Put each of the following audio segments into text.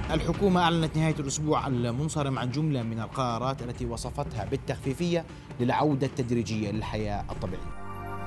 الحكومة أعلنت نهاية الأسبوع المنصرم عن جملة من القرارات التي وصفتها بالتخفيفية للعودة التدريجية للحياة الطبيعية.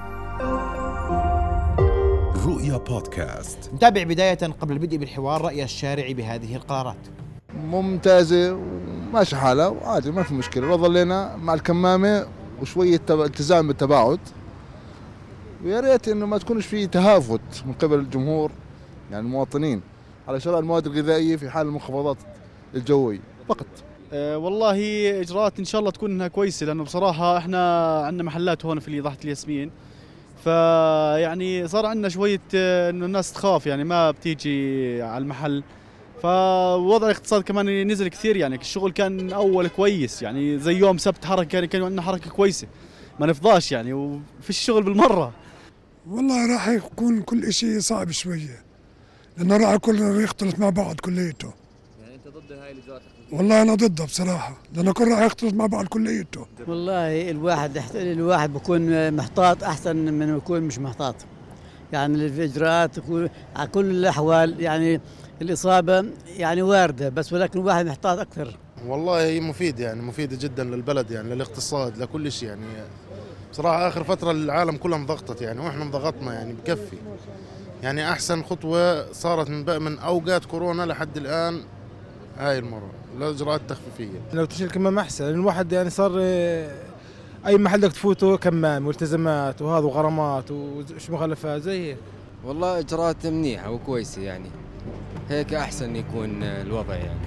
رؤيا بودكاست. نتابع بداية قبل البدء بالحوار رأي الشارع بهذه القرارات. ممتازة وماشي حالها وعادي، ما في مشكلة. لو ظلينا مع الكمامة وشوية التزام بالتباعد، ويا ريت إنه ما تكونش في تهافت من قبل الجمهور، يعني المواطنين، على شراء المواد الغذائية في حال المنخفضات الجوية فقط. والله إجراءات إن شاء الله تكون إنها كويسة، لأنه بصراحة إحنا عندنا محلات هون في ضاحية الياسمين، فيعني صار عندنا شوية إنه الناس تخاف، يعني ما بتيجي على المحل. فوضع الاقتصاد كمان نزل كثير، يعني الشغل كان أول كويس، يعني زي يوم سبت حركة كان عندنا حركة كويسة، ما نفضاش يعني وفي الشغل بالمرة. والله راح يكون كل إشي صعب شوية، لأنه راح كله يختلط مع بعض كليته. يعني أنت ضد هاي الإجراءات؟ والله أنا ضدها بصراحة، لأنه كل راح يختلط مع بعض كليته. والله الواحد بكون محتاط أحسن من يكون مش محتاط. يعني الإجراءات على كل الأحوال، يعني الإصابة يعني واردة، بس ولكن الواحد محتاط أكثر. والله هي مفيد، يعني مفيدة جدا للبلد، يعني للاقتصاد، لكل شيء. يعني بصراحة آخر فترة العالم كلها مضغطت، يعني وإحنا مضغطنا، يعني بكفي. يعني أحسن خطوة صارت من أوقات كورونا لحد الآن هاي المرة الإجراءات التخفيفية. لو تشيل كمامة أحسن، لأن الواحد يعني صار أي محل بدك تفوته كمام والتزامات وهذا وغرامات وش مخالفات زي هيك. والله إجراءات منيحة وكويسة، يعني هيك أحسن يكون الوضع. يعني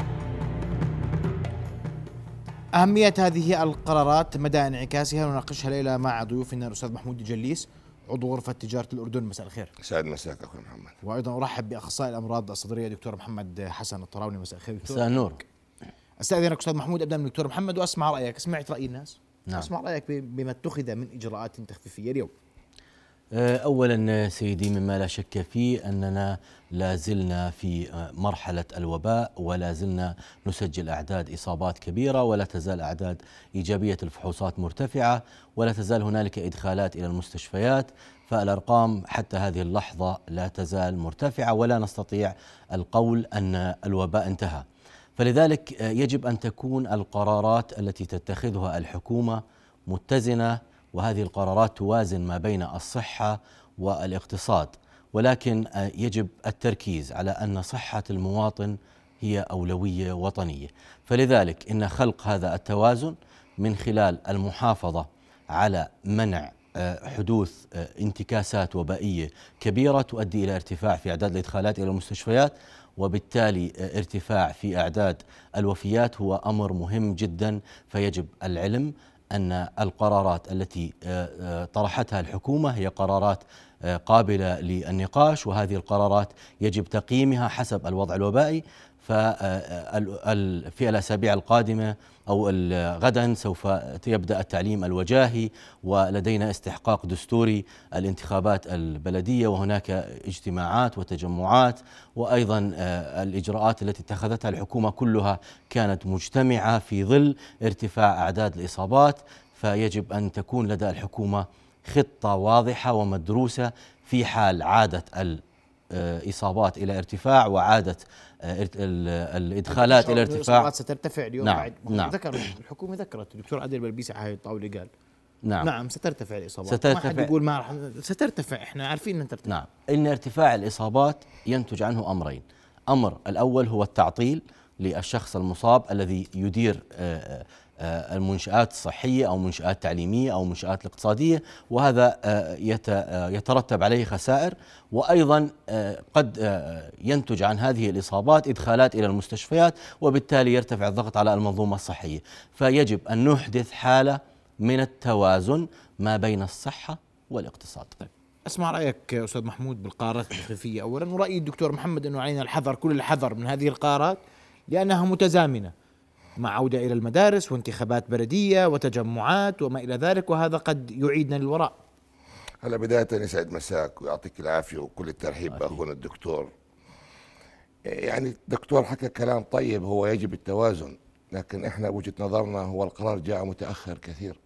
أهمية هذه القرارات، مدى انعكاسها، نناقشها ليلة مع ضيوفنا الأستاذ محمود الجليس عضو غرفة تجارة الأردن. مساء الخير. سعد مساك أخوي محمد. وأيضا أرحب بأخصائي الأمراض الصدرية دكتور محمد حسن الطراوني. مساء الخير دكتور. مساء النور. أستأذنك أستاذ محمود أبدأ من دكتور محمد وأسمع رأيك. سمعت رأي الناس؟ نعم. أسمع رأيك بما اتخذ من إجراءات تخفيفية اليوم. أولا سيدي، مما لا شك فيه أننا لا زلنا في مرحلة الوباء، ولا زلنا نسجل أعداد إصابات كبيرة، ولا تزال أعداد إيجابية الفحوصات مرتفعة، ولا تزال هنالك إدخالات إلى المستشفيات. فالأرقام حتى هذه اللحظة لا تزال مرتفعة، ولا نستطيع القول أن الوباء انتهى. فلذلك يجب أن تكون القرارات التي تتخذها الحكومة متزنة، وهذه القرارات توازن ما بين الصحة والاقتصاد، ولكن يجب التركيز على أن صحة المواطن هي أولوية وطنية. فلذلك إن خلق هذا التوازن من خلال المحافظة على منع حدوث انتكاسات وبائية كبيرة تؤدي إلى ارتفاع في أعداد الإدخالات إلى المستشفيات، وبالتالي ارتفاع في أعداد الوفيات، هو أمر مهم جدا. فيجب العلم أن القرارات التي طرحتها الحكومة هي قرارات قابلة للنقاش، وهذه القرارات يجب تقييمها حسب الوضع الوبائي. في الأسابيع القادمة أو غدا سوف يبدأ التعليم الوجاهي، ولدينا استحقاق دستوري الانتخابات البلدية، وهناك اجتماعات وتجمعات، وأيضا الإجراءات التي اتخذتها الحكومة كلها كانت مجتمعة في ظل ارتفاع أعداد الإصابات. فيجب أن تكون لدى الحكومة خطة واضحة ومدروسة في حال عادت الإصابات إلى ارتفاع وعادت الإدخالات إلى ارتفاع. الإصابات سترتفع اليوم. نعم. نعم. الحكومة ذكرت، الدكتور عادل بلبيسي على الطاولة قال نعم سترتفع الإصابات. سترتفع. ما حد يقول ما سترتفع، احنا عارفين أن ترتفع. نعم. إن ارتفاع الإصابات ينتج عنه أمرين. أمر الأول هو التعطيل للشخص المصاب الذي يدير المنشآت الصحية أو منشآت تعليمية أو منشآت الاقتصادية، وهذا يترتب عليه خسائر. وأيضا قد ينتج عن هذه الإصابات إدخالات إلى المستشفيات، وبالتالي يرتفع الضغط على المنظومة الصحية. فيجب أن نحدث حالة من التوازن ما بين الصحة والاقتصاد. أسمع رأيك أستاذ محمود بالقرارات التخفيفية أولا، ورأي الدكتور محمد أنه علينا الحذر، كل الحذر من هذه القرارات لأنها متزامنة مع عودة إلى المدارس وانتخابات بلدية وتجمعات وما إلى ذلك، وهذا قد يعيدنا للوراء. هلا بداية يسعد مساك ويعطيك العافية وكل الترحيب بأخونا الدكتور. يعني الدكتور حكى كلام طيب، هو يجب التوازن، لكن احنا وجهة نظرنا هو القرار جاء متأخر كثير.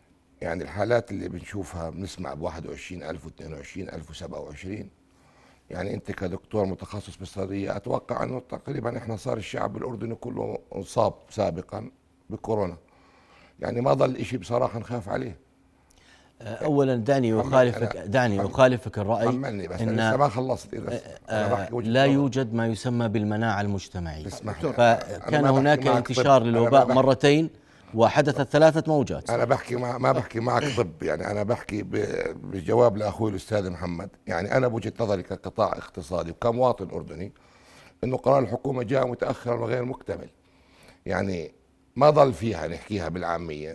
يعني الحالات اللي بنشوفها بنسمع ب21,000 و22,000 و27، يعني انت كدكتور متخصص بالصيدليه اتوقع انه تقريبا احنا صار الشعب الاردني كله انصاب سابقا بكورونا، يعني ما ضل إشي بصراحه نخاف عليه. اولا دعني اخالفك الراي بس أنا لسه ما خلصت. لا يوجد ما يسمى بالمناعه المجتمعيه، فكان هناك انتشار للوباء مرتين وحدثت 3 موجات. انا بحكي ما بحكي معك طب، يعني انا بحكي بالجواب لاخوي الاستاذ محمد. يعني انا بوجهه نظري كقطاع اقتصادي وكمواطن اردني انه قرار الحكومه جاء متاخرا وغير مكتمل، يعني ما ضل فيها نحكيها بالعاميه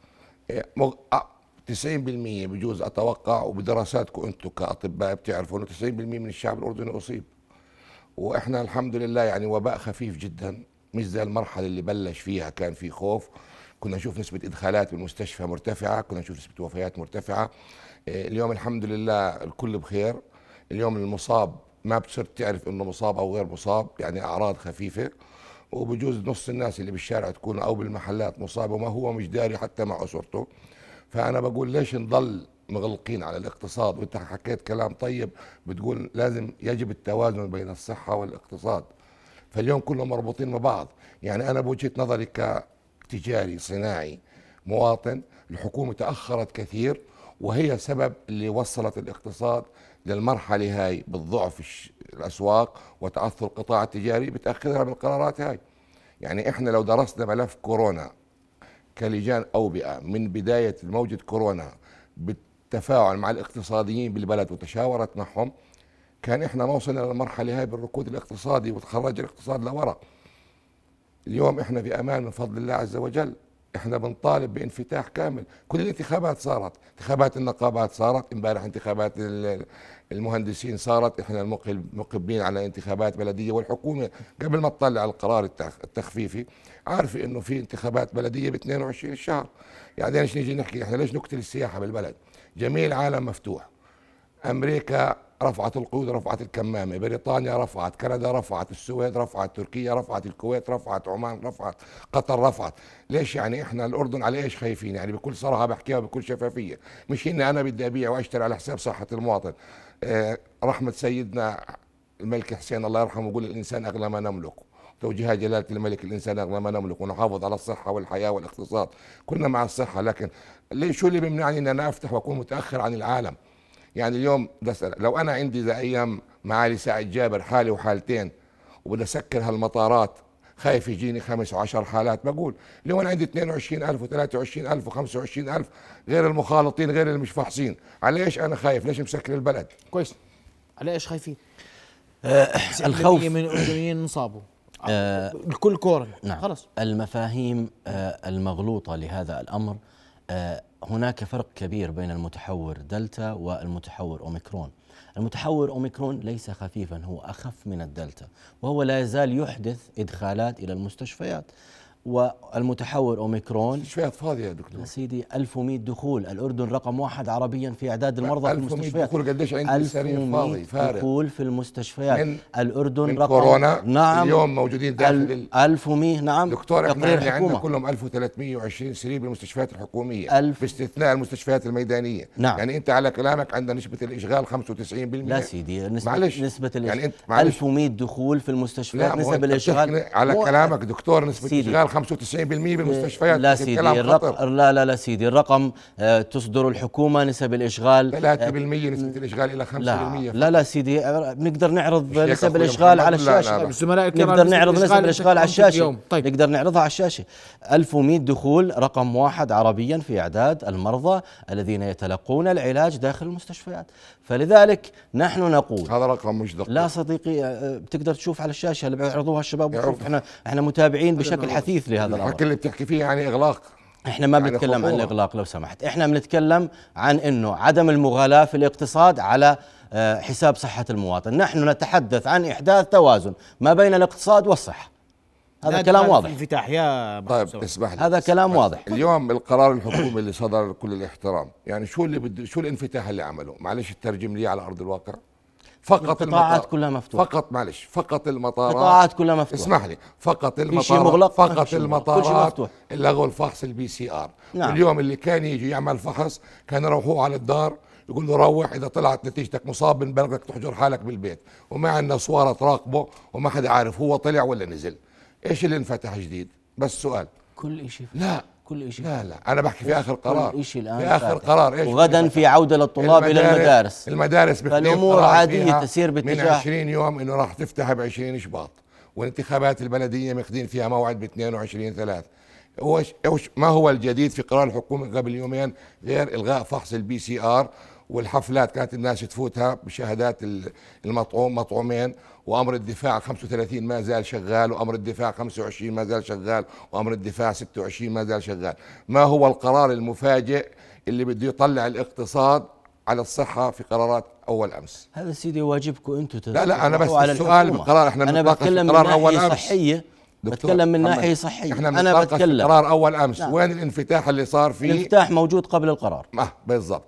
90% بجوز اتوقع، وبدراساتكم انتم كاطباء بتعرفوا انه 90% من الشعب الاردني اصيب، واحنا الحمد لله يعني وباء خفيف جدا، مش زي المرحله اللي بلش فيها كان في خوف. كنا نشوف نسبه ادخالات بالمستشفى مرتفعه، كنا نشوف نسبه وفيات مرتفعه. اليوم الحمد لله الكل بخير. اليوم المصاب ما بتصير تعرف انه مصاب او غير مصاب، يعني اعراض خفيفه، وبجوز نص الناس اللي بالشارع تكون او بالمحلات مصابه وما هو مش داري حتى مع اسرته. فأنا بقول ليش نضل مغلقين على الاقتصاد؟ وانت حكيت كلام طيب، بتقول لازم يجب التوازن بين الصحة والاقتصاد، فاليوم كلهم مربوطين مع بعض. يعني أنا بوجهة نظري كتجاري صناعي مواطن، الحكومة تأخرت كثير، وهي سبب اللي وصلت الاقتصاد للمرحلة هاي بالضعف الأسواق وتأثر القطاع التجاري بتأخرها بالقرارات هاي. يعني احنا لو درسنا ملف كورونا كلجان أوبئة من بداية موجة كورونا بالتفاعل مع الاقتصاديين بالبلد وتشاورت معهم، كان احنا ما وصلنا للمرحلة هاي بالركود الاقتصادي وتخرج الاقتصاد لورا. اليوم احنا في امان من فضل الله عز وجل. احنا بنطالب بانفتاح كامل. كل الانتخابات صارت، انتخابات النقابات صارت، امبارح انتخابات المهندسين صارت، احنا مقبلين على انتخابات بلديه، والحكومه قبل ما تطلع على القرار التخفيفي عارفه انه في انتخابات بلديه ب 22 الشهر. يعني ليش نيجي نحكي احنا ليش نقتل السياحه بالبلد؟ جميع العالم مفتوح. امريكا رفعت القيود، رفعت الكمامه، بريطانيا رفعت، كندا رفعت، السويد رفعت، تركيا رفعت، الكويت رفعت، عمان رفعت، قطر رفعت. ليش يعني احنا الاردن على ايش خايفين؟ يعني بكل صراحه بحكيها بكل شفافيه، مش اني انا بدي ابيع واشتري على حساب صحه المواطن. رحمه سيدنا الملك حسين الله يرحمه يقول الانسان اغلى ما نملك، توجيهات جلاله الملك الانسان اغلى ما نملك، ونحافظ على الصحه والحياه والاقتصاد. كنا مع الصحه، لكن شو اللي بيمنعني ان انا افتح واكون متاخر عن العالم؟ يعني اليوم لو انا عندي زي ايام معالي سعد جابر حالة وحالتين وبدي اسكر هالمطارات، خايف يجيني 5 و10 حالات، بقول اليوم انا عندي 22,000 و23,000 و25,000 غير المخالطين غير اللي مش فاحصين. على ايش انا خايف؟ ليش مسكر البلد؟ كويس. على ايش خايفين؟ الخوف من الاردنيين انصابوا الكل كورونا. نعم. خلص. المفاهيم المغلوطة لهذا الامر، هناك فرق كبير بين المتحور دلتا والمتحور أوميكرون. المتحور أوميكرون ليس خفيفا، هو أخف من الدلتا، وهو لا يزال يحدث إدخالات إلى المستشفيات. والمتحور أوميكرون مستشفيات فاضية يا دكتور يا سيدي. 1100 دخول، الأردن رقم 1 عربيا في إعداد المرضى في المستشفيات. 1100 دخول، قديش عندي سرير فاضي فارغ دخول في المستشفيات. الأردن من رقم كورونا. نعم اليوم موجودين داخل 1100. نعم دكتور، احنا عندنا كلهم 1320 سرير بالمستشفيات الحكومية باستثناء المستشفيات الميدانية. نعم. يعني انت على كلامك عندنا نسبة الإشغال 95%. لا سيدي، نسبة يعني 1100 دخول في المستشفيات، نسبة الإشغال على كلامك دكتور نسبة الإشغال 95% بالمستشفيات. لا سيدي لا سيدي، الرقم تصدر الحكومة نسب الإشغال 3% نسبة الإشغال إلى 5%. لا سيدي، بنقدر نعرض نسب الإشغال على الشاشة. نقدر نعرض نسب الإشغال على الشاشة. طيب. نقدر نعرضها على الشاشة. 1100 دخول رقم 1 عربيا في إعداد المرضى الذين يتلقون العلاج داخل المستشفيات. فلذلك نحن نقول هذا رقم مش دقيق. لا صديقي، بتقدر تشوف على الشاشة اللي بيعرضوها الشباب. احنا متابعين بشكل حثيث لهذا الأمر. اللي بتحكي فيه يعني إغلاق. احنا ما بنتكلم عن الإغلاق لو سمحت، احنا بنتكلم عن انه عدم المغالاة في الاقتصاد على حساب صحة المواطن. نحن نتحدث عن إحداث توازن ما بين الاقتصاد والصحة. هذا كلام واضح. انفتاح يا طيب اسمح لي، هذا كلام واضح. اليوم القرار الحكومي اللي صدر كل الاحترام، يعني شو الانفتاح اللي عمله؟ معلش الترجم لي على أرض الواقع. فقط القطاعات كلها مفتوحة. فقط المطارات. القطاعات كلها مفتوحة. اسمح لي، فقط المطارات لغوا الفحص الBCR. نعم. اليوم اللي كان يجي يعمل فحص كان يروحوه على الدار يقول له روح، اذا طلعت نتيجتك مصاب من بلغك تحجر حالك بالبيت، وما عندنا صوره تراقبه وما حدا عارف هو طلع ولا نزل. ايش اللي انفتح جديد؟ بس سؤال. كل شيء لا كل شيء لا انا بحكي في اخر قرار، كل شيء الان في اخر قرار. ايش وغدا في عوده للطلاب الى المدارس. المدارس فالامور عاديه تسير باتجاه من 20 يوم انه راح تفتح ب 20 شباط، والانتخابات البلديه ماخذين فيها موعد ب 22/3. ما هو الجديد في قرار الحكومه قبل يومين غير الغاء فحص الPCR، والحفلات كانت الناس تفوتها بشهادات مطعومين، وامر الدفاع 35 ما زال شغال، وامر الدفاع 25 ما زال شغال، وامر الدفاع 26 ما زال شغال. ما هو القرار المفاجئ اللي بده يطلع الاقتصاد على الصحه في قرارات اول امس؟ هذا سيدي واجبكم انتم. لا انا بس السؤال بقرار، احنا بتكلم من ناحيه صحيه، بتكلم من ناحيه صحيه. انا بتكلم قرار اول امس. نعم. وين الانفتاح اللي صار فيه؟ الانفتاح موجود قبل القرار. بالضبط،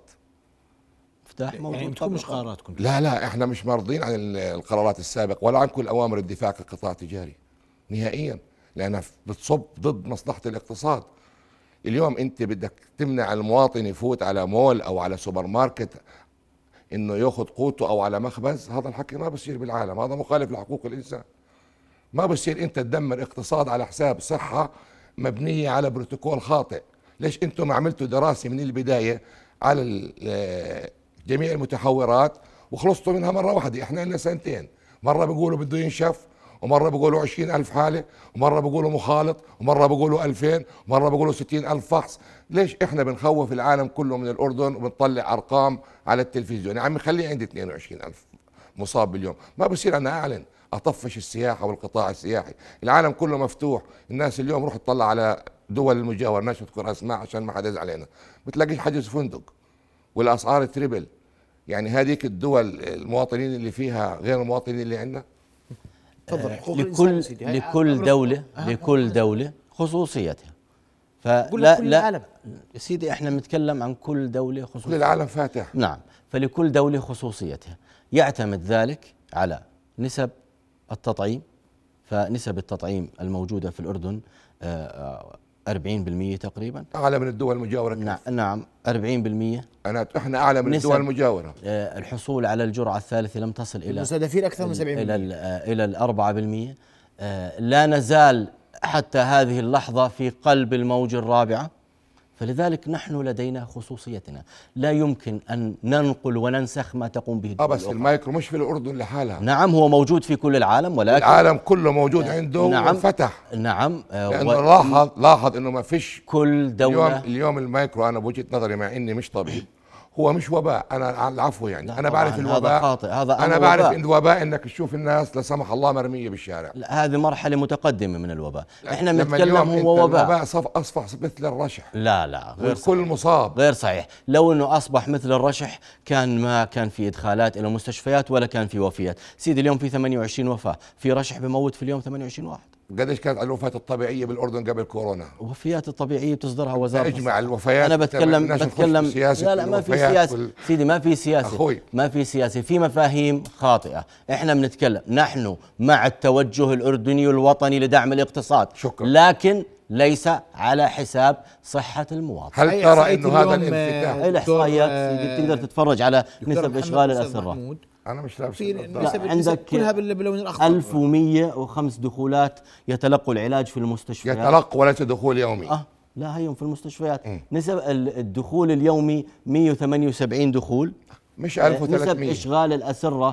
موجود. يعني انتم مش قراراتكم. لا احنا مش مرضين عن القرارات السابقه ولا عن كل اوامر الدفاع كقطاع تجاري نهائيا، لانها بتصب ضد مصلحه الاقتصاد. اليوم انت بدك تمنع المواطن يفوت على مول او على سوبر ماركت انه ياخذ قوته او على مخبز، هذا الحكي ما بصير بالعالم، هذا مخالف لحقوق الانسان. ما بصير انت تدمر اقتصاد على حساب صحه مبنيه على بروتوكول خاطئ. ليش انتم ما عملتوا دراسه من البدايه على جميع المتحورات وخلصتوا منها مرة واحدة؟ احنا لنا سنتين، مرة بيقولوا بده ينشف، ومرة بيقولوا 20,000 حالة، ومرة بيقولوا مخالط، ومرة بيقولوا 2000، ومرة بيقولوا 60,000 فحص. ليش احنا بنخوف العالم كله من الأردن وبنطلع أرقام على التلفزيون؟ يا عمي خلي عندي 22,000 مصاب باليوم، ما بصير أنا أعلن أطفش السياحة والقطاع السياحي. العالم كله مفتوح، الناس اليوم روح تطلع على دول المجاورة، ناس تذكر أسماء عشان ما حدا يزعل علينا، بتلاقيش حجز فندق والأسعار تريبل. يعني هذيك الدول المواطنين اللي فيها غير المواطنين اللي عندنا. لكل دولة خصوصيتها. لا سيدي احنا بنتكلم عن كل دولة خصوصيتها. كل العالم فاتح. نعم، فلكل دولة خصوصيتها. يعتمد ذلك على نسب التطعيم. فنسب التطعيم الموجودة في الأردن 40% تقريبا، أعلى من الدول المجاورة. نعم 40%. احنا أعلى من الدول المجاورة. الحصول على الجرعة الثالثة لم تصل إلى المستهدفين أكثر من 70% إلى 4%. لا نزال حتى هذه اللحظة في قلب الموجة الرابعة. فلذلك نحن لدينا خصوصيتنا، لا يمكن أن ننقل وننسخ ما تقوم به الدول بس المايكرو مش في الأردن لحالها. نعم هو موجود في كل العالم، ولكن العالم كله موجود عنده. نعم وفتح. نعم لأنه لاحظ إنه ما فيش كل دولة. اليوم المايكرو أنا بوجهة نظري مع إني مش طبيب، هو مش وباء. انا العفو يعني انا بعرف الوباء، هذا خاطئ. انا بعرف ان الوباء انك تشوف الناس لا سمح الله مرميه بالشارع. لا هذه مرحله متقدمه من الوباء. احنا بنتكلم هو وباء. الوباء اصبح مثل الرشح. لا غير صحيح. كل مصاب غير صحيح. لو انه اصبح مثل الرشح ما كان في ادخالات الى مستشفيات ولا كان في وفيات. سيدي اليوم في 28 وفاه، في رشح بموت في اليوم 28 واحد. قديش كانت الوفاة الطبيعية بالأردن قبل كورونا؟ الوفيات الطبيعية بتصدرها وزارة اجمع الوفيات. أنا بتكلم لا ما في سياسة سيدي، ما في سياسة أخوي. ما في سياسة، في مفاهيم خاطئة. احنا بنتكلم نحن مع التوجه الأردني الوطني لدعم الاقتصاد. شكرا. لكن ليس على حساب صحة المواطن. هل ترى انه هذا الانفتاح الإحصائيات تقدر تتفرج على نسب إشغال الأسرة. أنا مش لابس عندك كلها باللون الأخضر. 1105 دخولات يتلقوا العلاج في المستشفيات. يتلقوا وليس دخول يومي. لا هيهم في المستشفيات. نسب الدخول اليومي 178 دخول، مش 1300. نسب إشغال الأسرة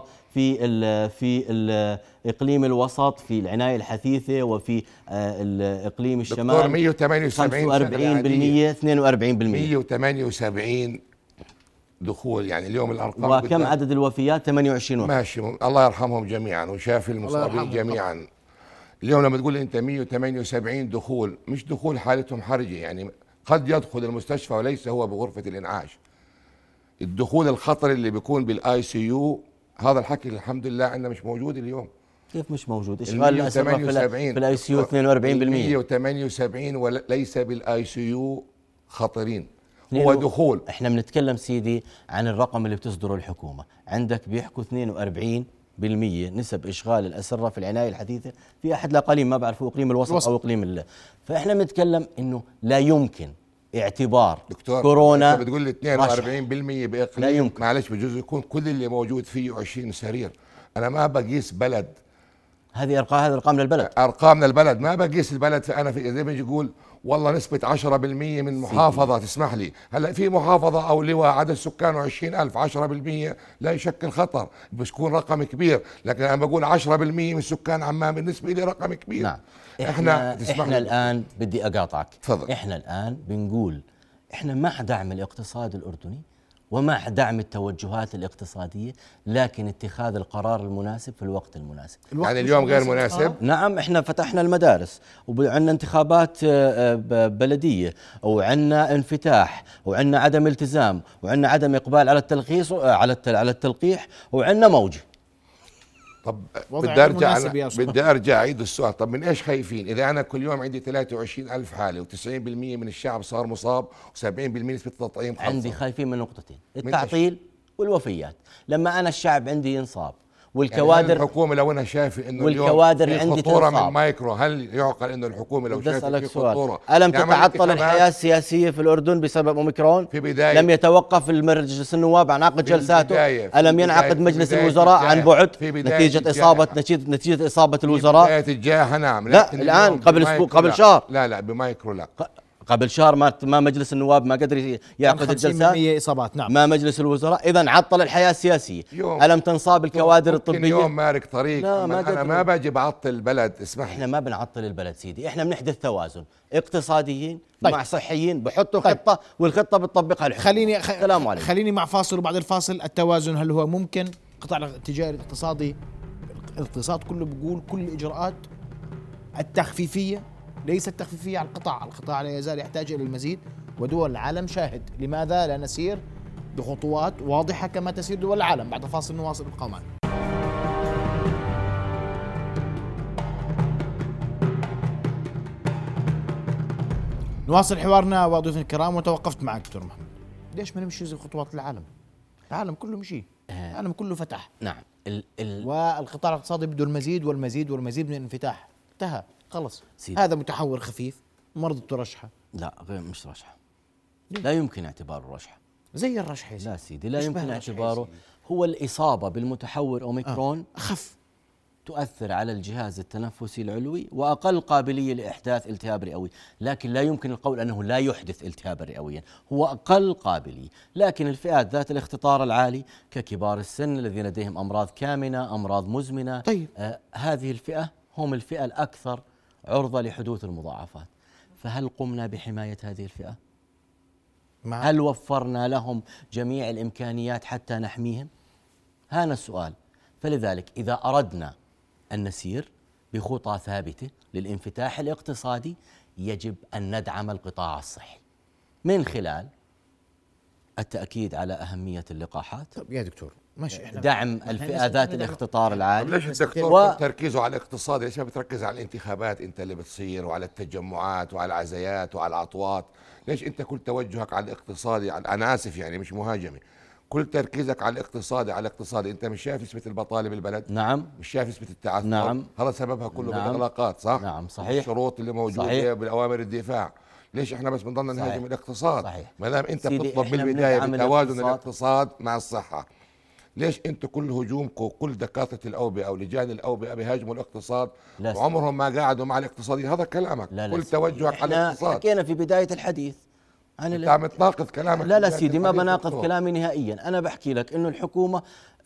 في الإقليم الوسط، في العناية الحثيثة، وفي الإقليم الشمال 178 45%، 42%. 178 دخول. يعني اليوم الارقام. وكم عدد الوفيات؟ 28 وفاة. ماشي، الله يرحمهم جميعا وشافي المصابين جميعا. اليوم لما تقول انت 178 دخول، مش دخول حالتهم حرجه، يعني قد يدخل المستشفى وليس هو بغرفه الانعاش. الدخول الخطر اللي بيكون بالICU هذا الحكي الحمد لله عندنا مش موجود اليوم. كيف مش موجود؟ اشغال الأسرة في الICU 42%. 178 وليس بالICU خطرين، هو دخول. احنا بنتكلم سيدي عن الرقم اللي بتصدره الحكومة. عندك بيحكوا 42% نسب إشغال الأسرة في العناية الحديثة في أحد الأقاليم، ما بعرفوا إقليم الوسط أو إقليم فإحنا بنتكلم إنه لا يمكن اعتبار دكتور كورونا انت بتقول لي 42% لا باقليم، يمكن. معلش بجوز يكون كل اللي موجود فيه 20 سرير. انا ما بقيس بلد، هذه ارقام للبلد، ارقام للبلد، ما بقيس البلد. انا في زي ما يجي يقول والله نسبة 10% من محافظة، تسمح لي هلا في محافظة او لواء عدد سكانه 20,000، 10% لا يشكل خطر، بيكون رقم كبير، لكن انا بقول 10% من سكان عمان بالنسبة لي رقم كبير. نعم. احنا الان بدي اقاطعك. تفضل. احنا الان بنقول احنا مع دعم الاقتصاد الاردني ومع دعم التوجهات الاقتصادية، لكن اتخاذ القرار المناسب في الوقت المناسب. يعني اليوم غير مناسب. نعم، احنا فتحنا المدارس وعندنا انتخابات بلدية وعندنا انفتاح وعندنا عدم التزام وعندنا عدم اقبال على التلخيص على التلقيح وعندنا موجة. طب بدي ارجع اعيد السؤال. طب من ايش خايفين؟ اذا انا كل يوم عندي 23,000 حاله و90% من الشعب صار مصاب و70% نسبه التطعيم خلصت. عندي خايفين من نقطتين، التعطيل والوفيات. لما انا الشعب عندي ينصاب والكوادر، يعني الحكومه لو انا شايفه انه والكوادر اليوم عندي خطوره تنصاب من مايكرو، هل يعقل انه الحكومه لو شايفه في خطوره ألم تتعطل الحياه السياسيه في الاردن بسبب اوميكرون؟ في بداية لم يتوقف المجلس النواب عن عقد جلساته؟ ألم ينعقد مجلس الوزراء عن بعد نتيجه اصابه الوزراء؟ في بدايه الجائحه نعم. لا الان قبل شهر. لا بمايكرو لا. قبل شهر ما مجلس النواب ما قدر يعقد الجلسات، إصابات. نعم. ما مجلس الوزراء، إذن عطل الحياة السياسية. ألم تنصاب الكوادر الطبية؟ يوم مارك طريق. أنا ما باجي بعطل البلد، اسمح لي. إحنا ما بنعطل البلد سيدي، إحنا بنحدث توازن اقتصاديين مع صحيين، بحطوا خطة والخطة بتطبقها الحكومة. خليني مع فاصل، وبعد الفاصل التوازن هل هو ممكن؟ قطاع التجاري الاقتصادي، الاقتصاد كله بيقول كل الإجراءات التخفيفية ليست تخفيفية على القطاع لا يزال يحتاج إلى المزيد، ودول العالم شاهد. لماذا لا نسير بخطوات واضحة كما تسير دول العالم؟ بعد فاصل نواصل القومان. نواصل حوارنا وضيوفنا الكرام، وتوقفت معك دكتور محمد. ليش ما نمشي زي خطوات العالم؟ العالم كله مشي، العالم كله فتح. نعم. والقطاع الاقتصادي بده المزيد والمزيد والمزيد من الانفتاح. انتهى خلص. هذا متحور خفيف، مرض ترشحه. لا غير مش رشحه، لا يمكن اعتباره رشحه. زي الرشحه لا سيدي، لا يمكن اعتباره. هو الإصابة بالمتحور أوميكرون أخف، تؤثر على الجهاز التنفسي العلوي وأقل قابلية لإحداث التهاب رئوي، لكن لا يمكن القول أنه لا يحدث التهابا رئويا، هو أقل قابلية. لكن الفئات ذات الاختطار العالي ككبار السن الذين لديهم أمراض كامنة، أمراض مزمنة، طيب. هذه الفئة هم الفئة الأكثر عرضة لحدوث المضاعفات. فهل قمنا بحماية هذه الفئة؟ هل وفرنا لهم جميع الإمكانيات حتى نحميهم؟ هذا السؤال. فلذلك إذا أردنا أن نسير بخطى ثابتة للانفتاح الاقتصادي يجب أن ندعم القطاع الصحي من خلال التأكيد على أهمية اللقاحات. طب يا دكتور ماشي، دعم الفئة ذات الاختطار العالي. ليش الدكتور تركيزه على الاقتصاد؟ ليش ما بتركز على الانتخابات انت اللي بتصير، وعلى التجمعات وعلى العزايات وعلى العطوات؟ ليش انت كل توجهك على الاقتصادي؟ انا اسف يعني مش مهاجمه، كل تركيزك على الاقتصادي انت مش شايف نسبة البطالة بالبلد؟ نعم. مش شايف نسبة التعثر؟ نعم. هذا سببها كله نعم. بالاغلاقات، صح؟ نعم صحيح. الشروط اللي موجودة صحيح. بالاوامر الدفاع. ليش احنا بس بنضلنا نهاجم الاقتصاد؟ صحيح. ما دام انت بتطلب بالبداية بتوازن الاقتصاد مع الصحة، ليش انتم كل هجومكم كل دكاتره الاوبئه او لجان الاوبئه بيهاجموا الاقتصاد وعمرهم ما قعدوا مع الاقتصاديين؟ هذا كلامك. لا كل توجهك على الاقتصاد. حكينا في بدايه الحديث عن انت عم تناقض كلامك. لا سيدي، ما بناقض كلامي نهائيا. انا بحكي لك انه الحكومه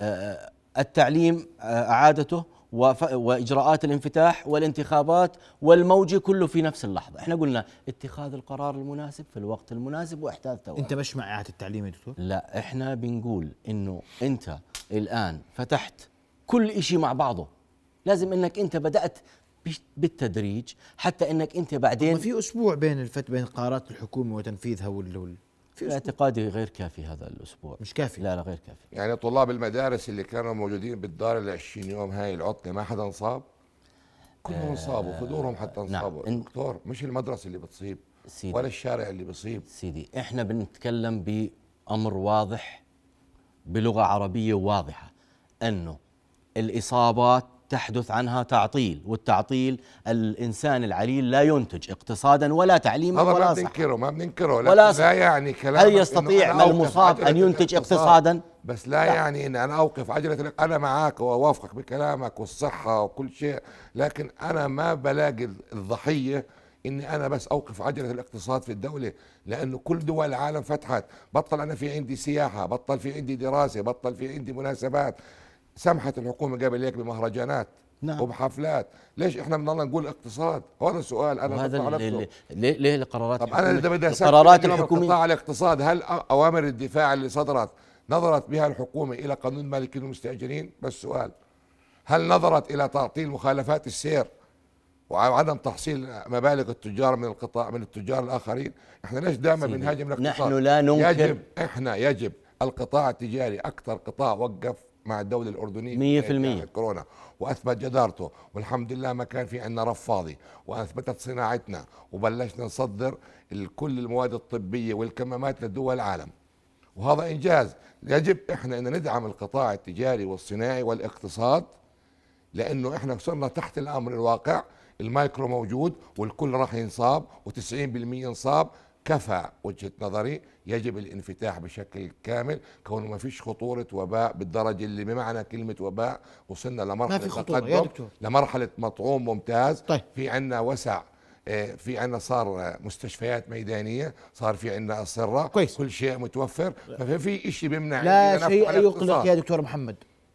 التعليم اعادته واجراءات الانفتاح والانتخابات والموجة كله في نفس اللحظه. احنا قلنا اتخاذ القرار المناسب في الوقت المناسب واحداث توازن. انت مش مع اعاده التعليم يا دكتور؟ لا، احنا بنقول انه انت الان فتحت كل إشي مع بعضه، لازم انك انت بدات بالتدريج حتى انك انت بعدين. في اسبوع بين قرارات الحكومه وتنفيذها في اعتقادي غير كافي هذا الاسبوع. مش كافي؟ لا غير كافي. يعني طلاب المدارس اللي كانوا موجودين بالدار ال20 يوم هاي العطله ما حدا انصاب؟ كلهم انصابوا في دورهم حتى انصابوا. نعم. دكتور مش المدرسه اللي بتصيب سيدي، ولا الشارع اللي بصيب سيدي. احنا بنتكلم بأمر واضح بلغة عربية واضحة، انه الإصابات تحدث عنها تعطيل، والتعطيل الإنسان العليل لا ينتج اقتصادا ولا تعليما هذا ولا ما صحة بننكره، ما بننكره، ولا لا يعني كلام. هل يستطيع المصاب أن ينتج اقتصادا؟ بس لا يعني ان انا اوقف عجله. انا معاك واوافقك بكلامك والصحه وكل شيء، لكن انا ما بلاقي الضحيه اني انا بس اوقف عجله الاقتصاد في الدوله، لانه كل دول العالم فتحت. بطل انا في عندي سياحه، بطل في عندي دراسه، بطل في عندي مناسبات. سمحت الحكومه قبل هيك بمهرجانات نعم. وبحفلات، ليش احنا بنضل نقول اقتصاد؟ هذا السؤال انا وهذا ليه القرارات طب انا اذا بدي القرارات الحكوميه قطاع الاقتصاد، هل اوامر الدفاع اللي صدرت نظرت بها الحكومه الى قانون مالكين المستاجرين؟ بس سؤال، هل نظرت الى تعطيل مخالفات السير وعدم تحصيل مبالغ التجار من القطاع من التجار الاخرين؟ احنا ليش دائما بنهاجم الاقتصاد؟ نحن لا ننكر. يجب القطاع التجاري اكثر قطاع وقف مع الدولة الأردنية 100% كورونا وأثبت جدارته، والحمد لله ما كان في عندنا رف فاضي، وأثبتت صناعتنا وبلشنا نصدر كل المواد الطبية والكمامات لدول العالم، وهذا إنجاز. يجب إحنا أن ندعم القطاع التجاري والصناعي والاقتصاد، لأنه إحنا صرنا تحت الأمر الواقع. المايكرو موجود والكل راح ينصاب و90% ينصاب. كفى وجهة نظري يجب الانفتاح بشكل كامل، كونه ما فيش خطورة وباء بالدرجة اللي بمعنى كلمة وباء. وصلنا لمرحلة تقدم، لمرحلة مطعوم ممتاز. طيب. في عنا وسع، في عنا صار مستشفيات ميدانية، صار في عنا أسرة، كويس. كل شيء متوفر، ما في شيء بيمنع. لا شيء يقلق يا دكتور محمد.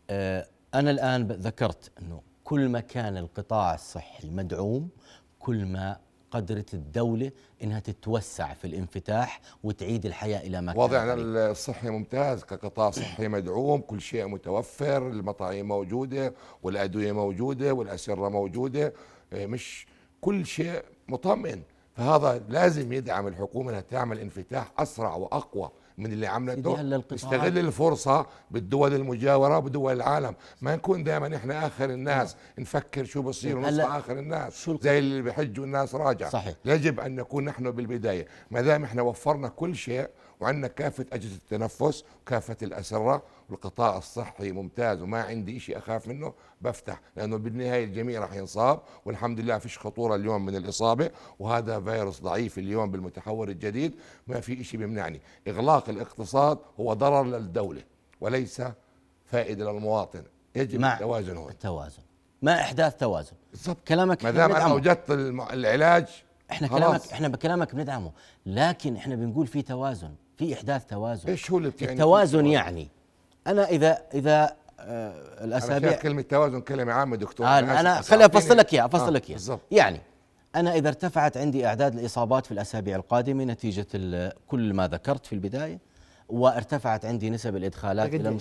أنا الآن ذكرت أنه كل ما كان القطاع الصحي مدعوم، كل ما قدرت الدولة إنها تتوسع في الانفتاح وتعيد الحياة إلى ما كان. وضعنا الصحي ممتاز كقطاع صحي مدعوم، كل شيء متوفر، المطاعم موجودة والأدوية موجودة والأسرة موجودة، مش كل شيء مطمئن. فهذا لازم يدعم الحكومة انها تعمل انفتاح أسرع وأقوى من اللي عملته، استغل الفرصة بالدول المجاورة وبدول العالم. ما نكون دائما احنا اخر الناس، نفكر شو بصير ونصنع اخر الناس زي اللي بيحجوا الناس راجع. صحيح. يجب ان نكون نحن بالبداية، ما دام احنا وفرنا كل شيء وعندنا كافة أجهزة التنفس وكافة الأسرة والقطاع الصحي ممتاز وما عندي شيء أخاف منه، بفتح، لأنه بالنهاية الجميع راح ينصاب، والحمد لله فيش خطورة اليوم من الإصابة، وهذا فيروس ضعيف اليوم بالمتحور الجديد، ما في شيء بيمنعني. إغلاق الاقتصاد هو ضرر للدولة وليس فائدة للمواطن. يجب التوازن هون، التوازن ما إحداث توازن. بالضبط. كلامك ما دام أنا أوجدت العلاج، احنا بكلامك بندعمه، لكن احنا بنقول في توازن، في احداث توازن. ايش هو التوازن؟ يعني انا اذا الاسابيع، أنا كلمه توازن كلمه عامه دكتور. انا خليني افصل لك اياها بالضبط. يعني انا اذا ارتفعت عندي اعداد الاصابات في الاسابيع القادمه نتيجه كل ما ذكرت في البدايه، وارتفعت عندي نسب الادخالات الى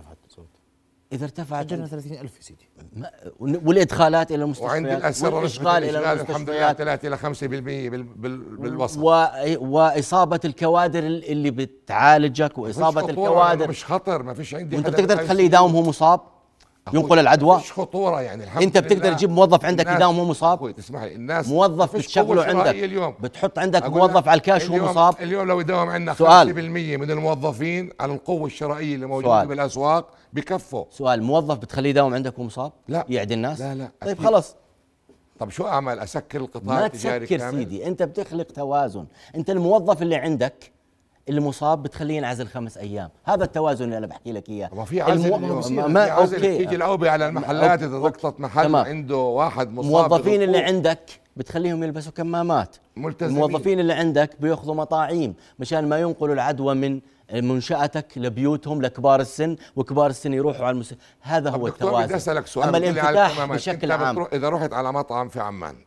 إذا ارتفعت أجلنا 30,000 يا سيدي، والإدخالات إلى المستشفيات وعند الأسرة والإشغال إلى المستشفيات الحمد لله 3 إلى 5% بالوسط، وإصابة الكوادر اللي بتعالجك، وإصابة الكوادر مش خطر، ما فيش عندي. وأنت بتقدر تخليه يداوم وهو مصاب ينقل العدوى؟ مش خطورة يعني، الحمد أنت بتقدر تجيب موظف عندك يداوم وهو مصاب؟ أخوي تسمح لي، الناس موظف بتشغله عندك اليوم. بتحط عندك موظف على الكاش وهو مصاب. اليوم لو يداوم عندنا 5% من الموظفين على القوة الشرائية اللي موجودة بالأسواق بكفوا. سؤال، موظف بتخليه يداوم عندك وهو مصاب؟ لا يعدي الناس؟ لا طيب أكيد. خلص. طب شو أعمل؟ أسكر القطاع التجاري كامل؟ ما تسكر سيدي، أنت بتخلق توازن. أنت الموظف اللي عندك المصاب بتخليه ينعزل 5 أيام، هذا التوازن اللي أنا بحكي لك إياه. ما في عزل تيجي الأوبئة على المحلات، إذا ضغطت محل عنده واحد مصاب. الموظفين اللي عندك بتخليهم يلبسوا كمامات، ملتزمين. الموظفين اللي عندك بياخذوا مطاعيم مشان ما ينقلوا العدوى من منشأتك لبيوتهم لكبار السن، وكبار السن يروحوا على هذا هو التوازن. بدي أسألك سؤال. أما الانفتاح بشكل عام، إذا رحت على مطعم في عمان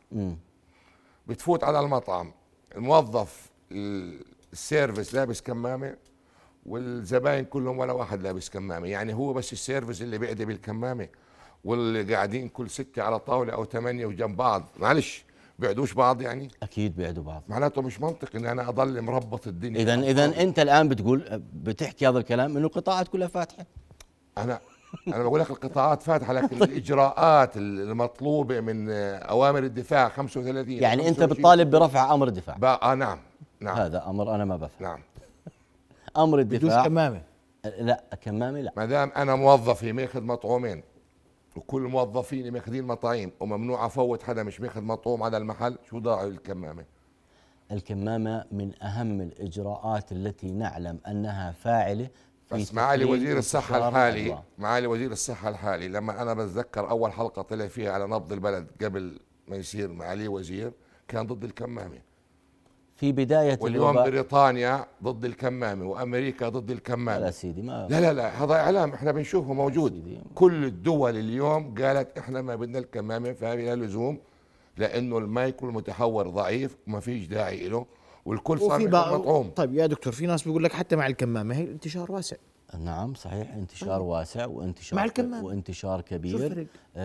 بتفوت على المطعم، الموظف السيرفيس لابس كمامة والزباين كلهم ولا واحد لابس كمامة، يعني هو بس السيرفيس اللي بيعدي بالكمامة، واللي قاعدين كل 6 على طاولة أو 8 وجنب بعض، معلش بيعدوش بعض يعني؟ أكيد بيعدوا بعض. معناته مش منطقي إن أنا أضل مربط الدنيا. إذا أنت الآن بتحكي هذا الكلام إنه القطاعات كلها فاتحة. أنا بقول لك القطاعات فاتحة، لكن الإجراءات المطلوبة من أوامر الدفاع 35 يعني أنت بتطالب برفع أمر الدفاع؟ نعم. هذا أمر أنا ما بفهم. نعم. أمر الدفاع كمامة؟ لا كمامة لا. ما دام أنا موظفي ماخذ مطعومين وكل الموظفين ماخذين مطاعيم وممنوع افوت حدا مش ماخذ مطعوم على المحل، شو ضاعوا الكمامه؟ الكمامة من أهم الإجراءات التي نعلم أنها فاعلة. بس معالي وزير الصحة الحالي، معالي وزير الصحة الحالي لما أنا بتذكر أول حلقة طلع فيها على نبض البلد قبل ما يصير معالي وزير كان ضد الكمامة في بداية واليوم بريطانيا ضد الكمامة وأمريكا ضد الكمامة. لا سيدي ما لا هذا إعلام إحنا بنشوفه موجود. كل الدول اليوم قالت إحنا ما بدنا الكمامة، فهي لزوم لأنه المايكرو المتحور ضعيف وما فيش داعي له والكل صار مطعوم. طيب يا دكتور في ناس بيقول لك حتى مع الكمامة هي الانتشار واسع. نعم صحيح، انتشار واسع وانتشار مع الكمامة وانتشار كبير.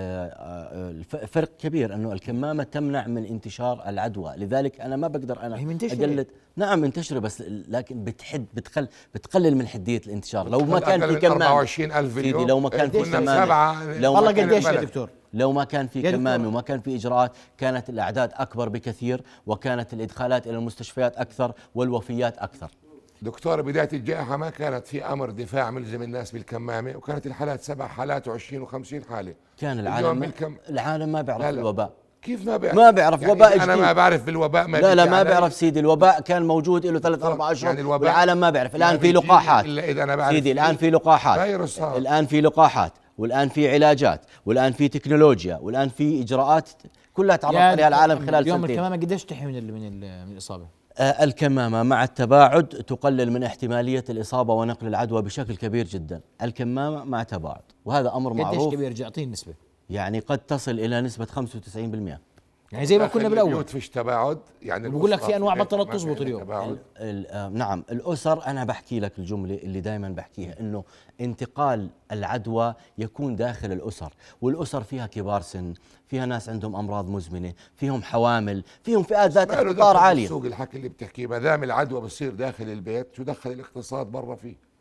فرق كبير انه الكمامة تمنع من انتشار العدوى، لذلك انا ما بقدر انا اقلد. نعم منتشرة بس لكن بتقلل من حدية الانتشار. لو ما كان في كمامة 24,000 اليوم، لو ما كان في كمامة، والله قديش يا دكتور؟ لو ما كان في كمامة وما كان في إجراءات كانت الأعداد أكبر بكثير، وكانت الإدخالات إلى المستشفيات أكثر والوفيات أكثر. دكتور بداية الجائحة ما كانت في أمر دفاع ملزم الناس بالكمامة، وكانت الحالات 7 حالات و20 و50 حالة. كان العالم ما بيعرف الوباء. كيف ما بيعرف؟ ما بيعرف يعني وباء أنا ما بعرف بالوباء. لا ما بيعرف سيدي. الوباء كان موجود له 3-4 أشهر يعني والعالم ما بيعرف. الآن في لقاحات سيدي، الآن في لقاحات، الآن في لقاحات، والآن في علاجات، والآن في تكنولوجيا، والآن في إجراءات كلها تعرف عليها العالم خلال اليوم سنتين. الكمامة قديش تحمي من الإصابة؟ الكمامة مع التباعد تقلل من احتمالية الإصابة ونقل العدوى بشكل كبير جدا. الكمامة مع تباعد، وهذا أمر معروف. قديش كبير؟ اعطيني نسبة. يعني قد تصل إلى نسبة 95%. يعني زي ما كنا بالاول فيش تباعد. يعني بقول لك في انواع بطلت تزبط اليوم. نعم الاسر، انا بحكي لك الجمله اللي دائما بحكيها، انه انتقال العدوى يكون داخل الاسر، والاسر فيها كبار سن، فيها ناس عندهم امراض مزمنه، فيهم حوامل، فيهم فئات ذات اخطار عاليه. سوق الحكي اللي بتحكيه ما دام العدوى بتصير داخل البيت، شو دخل الاقتصاد برا فيه؟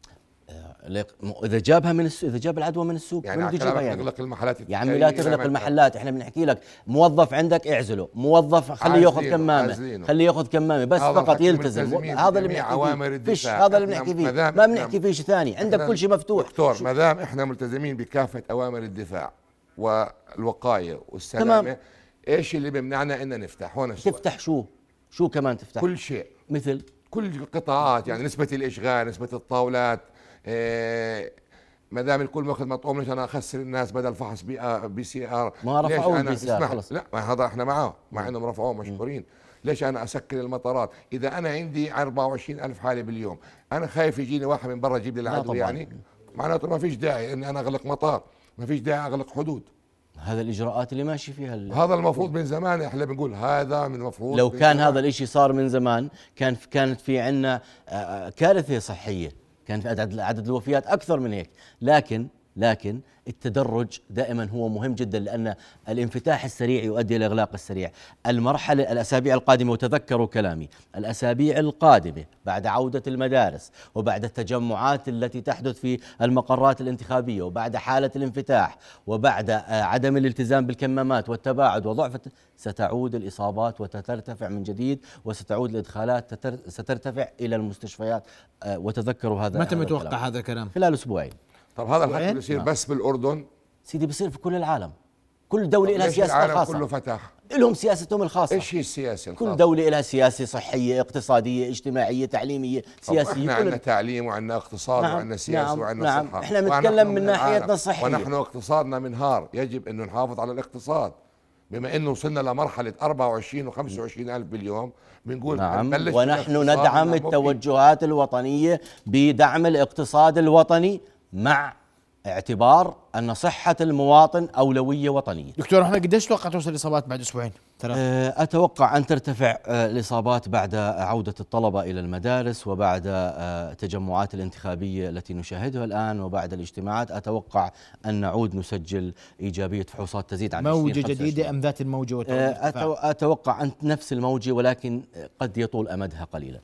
اذا جابها من السوق، اذا جاب العدوى من السوق يعني تغلق المحلات يا عمي لا تغلق المحلات. احنا بنحكي لك موظف عندك اعزله، موظف خليه ياخذ كمامه، خليه ياخذ كمامه بس فقط يلتزم. هذا اللي بنحكي فيه، هذا اللي بنحكي فيه، ما بنحكي فيه شيء ثاني. عندك كل شيء مفتوح دكتور. ما دام احنا ملتزمين بكافه اوامر الدفاع والوقايه والسلامه، ايش اللي بيمنعنا ان نفتح هون السؤال؟ تفتح شو كمان تفتح؟ كل شيء، مثل كل القطاعات. يعني نسبه الاشغال، نسبه الطاولات. ما دام الكل ماخذ مطعوم، ليش انا اخسر الناس بدل فحص PCR؟ ما رفعوه الPCR خلص. لا هذا احنا معه، مع انهم رفعوه مشكورين. ليش انا اسكر المطارات؟ اذا انا عندي 24,000 حاله باليوم، انا خايف يجيني واحد من برا يجيب لي العدوى، يعني معناته ما فيش داعي اني انا اغلق مطار، ما فيش داعي اغلق حدود. هذا الاجراءات اللي ماشي فيها هذا المفروض من زمان. احنا بنقول هذا من المفروض. لو كان هذا الاشي صار من زمان كانت في عنا كارثة صحية، كان في عدد الوفيات اكثر من هيك. لكن التدرج دائما هو مهم جدا، لأن الانفتاح السريع يؤدي إلى الإغلاق السريع. الأسابيع القادمة، وتذكروا كلامي، الأسابيع القادمة بعد عودة المدارس وبعد التجمعات التي تحدث في المقرات الانتخابية وبعد حالة الانفتاح وبعد عدم الالتزام بالكمامات والتباعد وضعف، ستعود الإصابات وسترتفع من جديد، وستعود الإدخالات سترتفع إلى المستشفيات. وتذكروا هذا. متى متوقع هذا الكلام؟ خلال أسبوعين. طب هذا الحكي بيصير بس بالأردن؟ سيدي بيصير في كل العالم. كل دولة لها سياستها الخاصة. كله فتح، لهم سياستهم الخاصة. ايش هي السياسة الخاصة؟ كل دولة لها سياسة صحية، اقتصادية، اجتماعية، تعليمية، سياسية. احنا عندنا تعليم وعندنا اقتصاد وعندنا سياسة وعندنا صحة. احنا بنتكلم من ناحيتنا الصحية، ونحن اقتصادنا منهار. يجب انه نحافظ على الاقتصاد. بما انه وصلنا لمرحلة 24 و25 ألف باليوم، بنقول ونحن ندعم التوجهات الوطنية بدعم الاقتصاد الوطني، مع اعتبار أن صحة المواطن أولوية وطنية. دكتور أحمد، قديش توقع توصل الإصابات بعد أسبوعين 3؟ أتوقع أن ترتفع الإصابات بعد عودة الطلبة إلى المدارس، وبعد التجمعات الانتخابية التي نشاهدها الآن، وبعد الاجتماعات. أتوقع أن نعود نسجل إيجابية فحوصات تزيد عن موجة جديدة أم ذات الموجة؟ أتوقع أن نفس الموجة، ولكن قد يطول أمدها قليلا.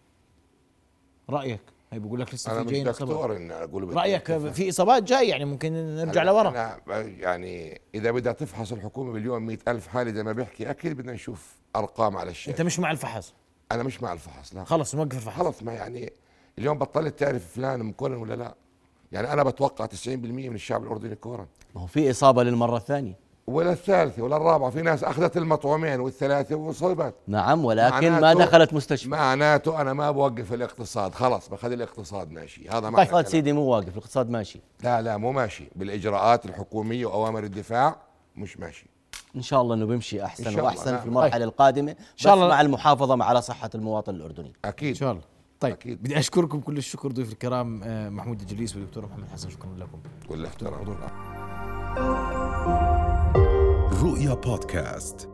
رأيك؟ هي بقول لك لسه في جايين دكتور إن أقول رأيك في إصابات جاي، يعني ممكن نرجع لورا. أنا يعني إذا بدها تفحص الحكومة باليوم 100,000 حالة زي ما بيحكي، أكيد بدنا نشوف أرقام على الشيء. أنت مش مع الفحص؟ أنا مش مع الفحص، لا خلص نوقف الفحص. خلص، ما يعني اليوم بطلت تعرف فلان مكونن ولا لا. يعني أنا بتوقع 90% من الشعب الأردني كورا. ما هو في إصابة للمرة الثانية ولا الثالثة ولا الرابعة، في ناس أخذت المطعومين والثلاثة وصيبت. نعم، ولكن ما دخلت مستشفى. معناته أنا ما بوقف الاقتصاد، خلاص بخلي الاقتصاد ماشي. هذا معنى الاقتصاد سيدي مو واقف، الاقتصاد ماشي. لا مو ماشي، بالإجراءات الحكومية وأوامر الدفاع مش ماشي. إن شاء الله إنه بيمشي أحسن وأحسن في المرحلة القادمة، إن شاء الله، مع المحافظة على صحة المواطن الأردني. أكيد إن شاء الله. طيب أكيد. بدي أشكركم كل الشكر ضيوف الكرام محمود الجليس والدكتور محمد حسن، شكرا لكم. كل احترام. رؤيا بودكاست.